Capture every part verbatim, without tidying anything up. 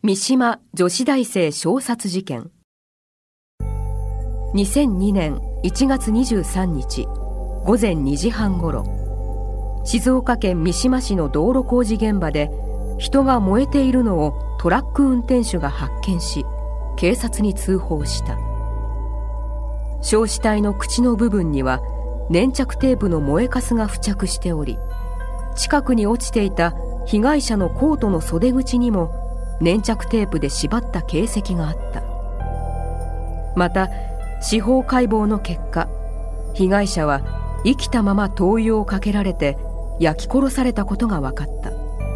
三島女子大生衝殺事件。にせんにねんいちがつにじゅうさんにちごぜんにじはんごろ、静岡県三島市の道路工事現場で人が燃えているのをトラック運転手が発見し、警察に通報した。焼死体の口の部分には粘着テープの燃えかすが付着しており、近くに落ちていた被害者のコートの袖口にも粘着テープで縛った形跡があった。また司法解剖の結果、被害者は生きたまま灯油をかけられて焼き殺されたことが分かった。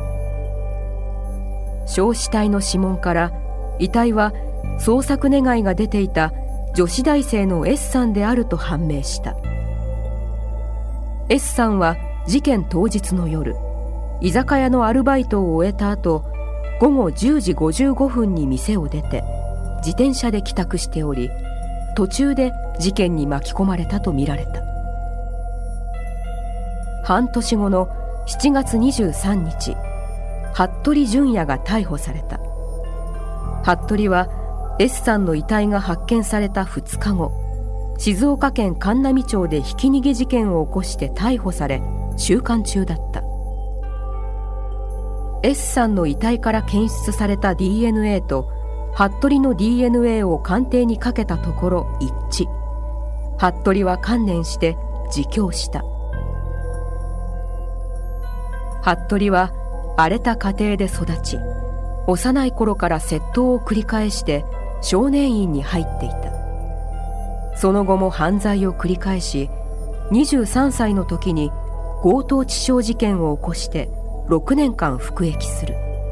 焼死体の指紋から遺体は捜索願いが出ていた女子大生の S さんであると判明した。 S さんは事件当日の夜、居酒屋のアルバイトを終えた後、ごごじゅうじごじゅうごふんに店を出て自転車で帰宅しており、途中で事件に巻き込まれたとみられた。半年後のしちがつにじゅうさんにち、服部淳也が逮捕された。服部は S さんの遺体が発見されたふつかご、静岡県函南町でひき逃げ事件を起こして逮捕され収監中だった。 S さんの遺体から検出された ディーエヌエー と服部の ディーエヌエー を鑑定にかけたところ一致。服部は観念して自供した。服部は荒れた家庭で育ち、幼い頃から窃盗を繰り返して少年院に入っていた。その後も犯罪を繰り返し、にじゅうさんさいの時に強盗致傷事件を起こしてろくねんかん服役する。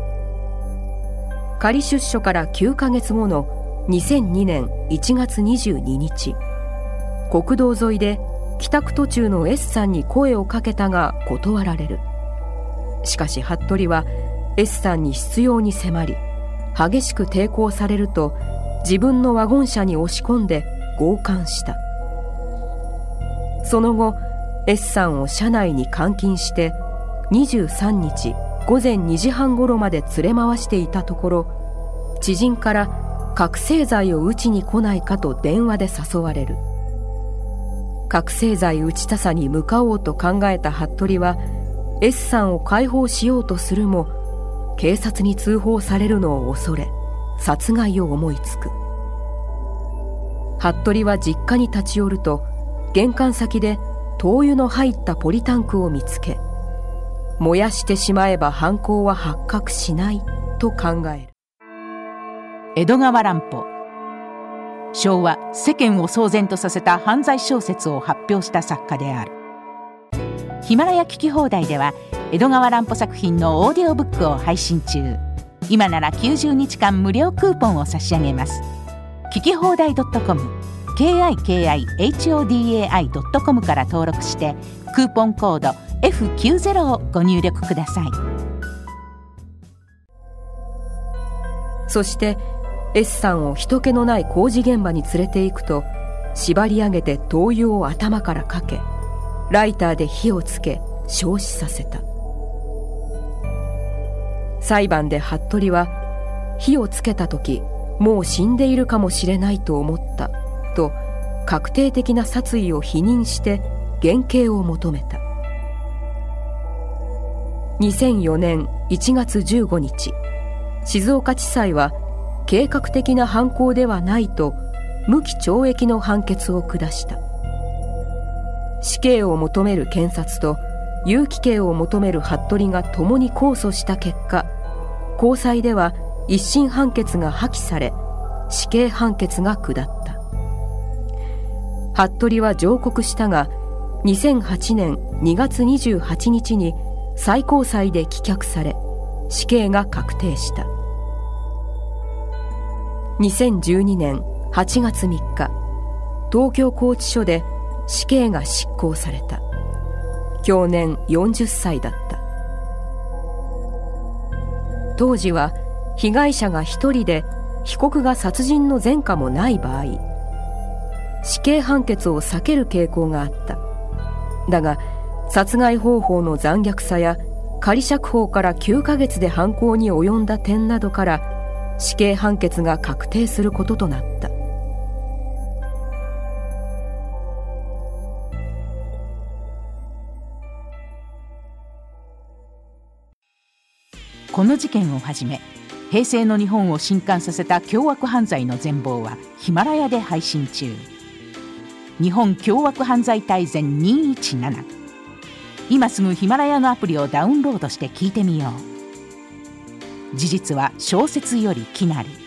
仮出所からきゅうかげつごのにせんにねんいちがつにじゅうににち、国道沿いで帰宅途中の S さんに声をかけたが断られる。しかし服部は S さんに執拗に迫り、激しく抵抗されると自分のワゴン車に押し込んで強姦した。その後 S さんを車内に監禁してにじゅうさんにちごぜんにじはんごろまで連れ回していたところ、知人から覚醒剤を打ちに来ないかと電話で誘われる。覚醒剤打ちたさに向かおうと考えた服部は S さんを解放しようとするも、警察に通報されるのを恐れ殺害を思いつく。服部は実家に立ち寄ると、玄関先で灯油の入ったポリタンクを見つけ、燃やしてしまえば犯行は発覚しないと考える。 江戸川乱歩。昭和、世間を騒然とさせた犯罪小説を発表した作家である。ヒマラヤ聞き放題では江戸川乱歩作品のオーディオブックを配信中。今ならきゅうじゅうにちかん無料クーポンを差し上げます。聞き放題 .com、 ケーアイケーアイエイチオーディーエーアイ ドットコム から登録してクーポンコード エフきゅうじゅう をご入力ください。 そして S さんを人気のない工事現場に連れて行くと、縛り上げて灯油を頭からかけ、ライターで火をつけ焼死させた。裁判で服部は、火をつけた時もう死んでいるかもしれないと思ったと確定的な殺意を否認して減刑を求めた。にせんよねんいちがつじゅうごにち、静岡地裁は計画的な犯行ではないと無期懲役の判決を下した。死刑を求める検察と有期刑を求める服部が共に控訴した結果、高裁では一審判決が破棄され死刑判決が下った。服部は上告したが、にせんはちねんにがつにじゅうはちにちに最高裁で棄却され死刑が確定した。にせんじゅうにねんはちがつみっか、東京拘置所で死刑が執行された。享年よんじゅっさいだった。当時は被害者が一人で被告が殺人の前科もない場合、死刑判決を避ける傾向があった。だが殺害方法の残虐さや仮釈放からきゅうかげつで犯行に及んだ点などから、 死刑判決が確定することとなった。 この事件をはじめ、平成の日本を震撼させた凶悪犯罪の全貌はヒマラヤで配信中。日本凶悪犯罪大全にひゃくじゅうなな。今すぐヒマラヤのアプリをダウンロードして聞いてみよう。事実は小説より奇なり。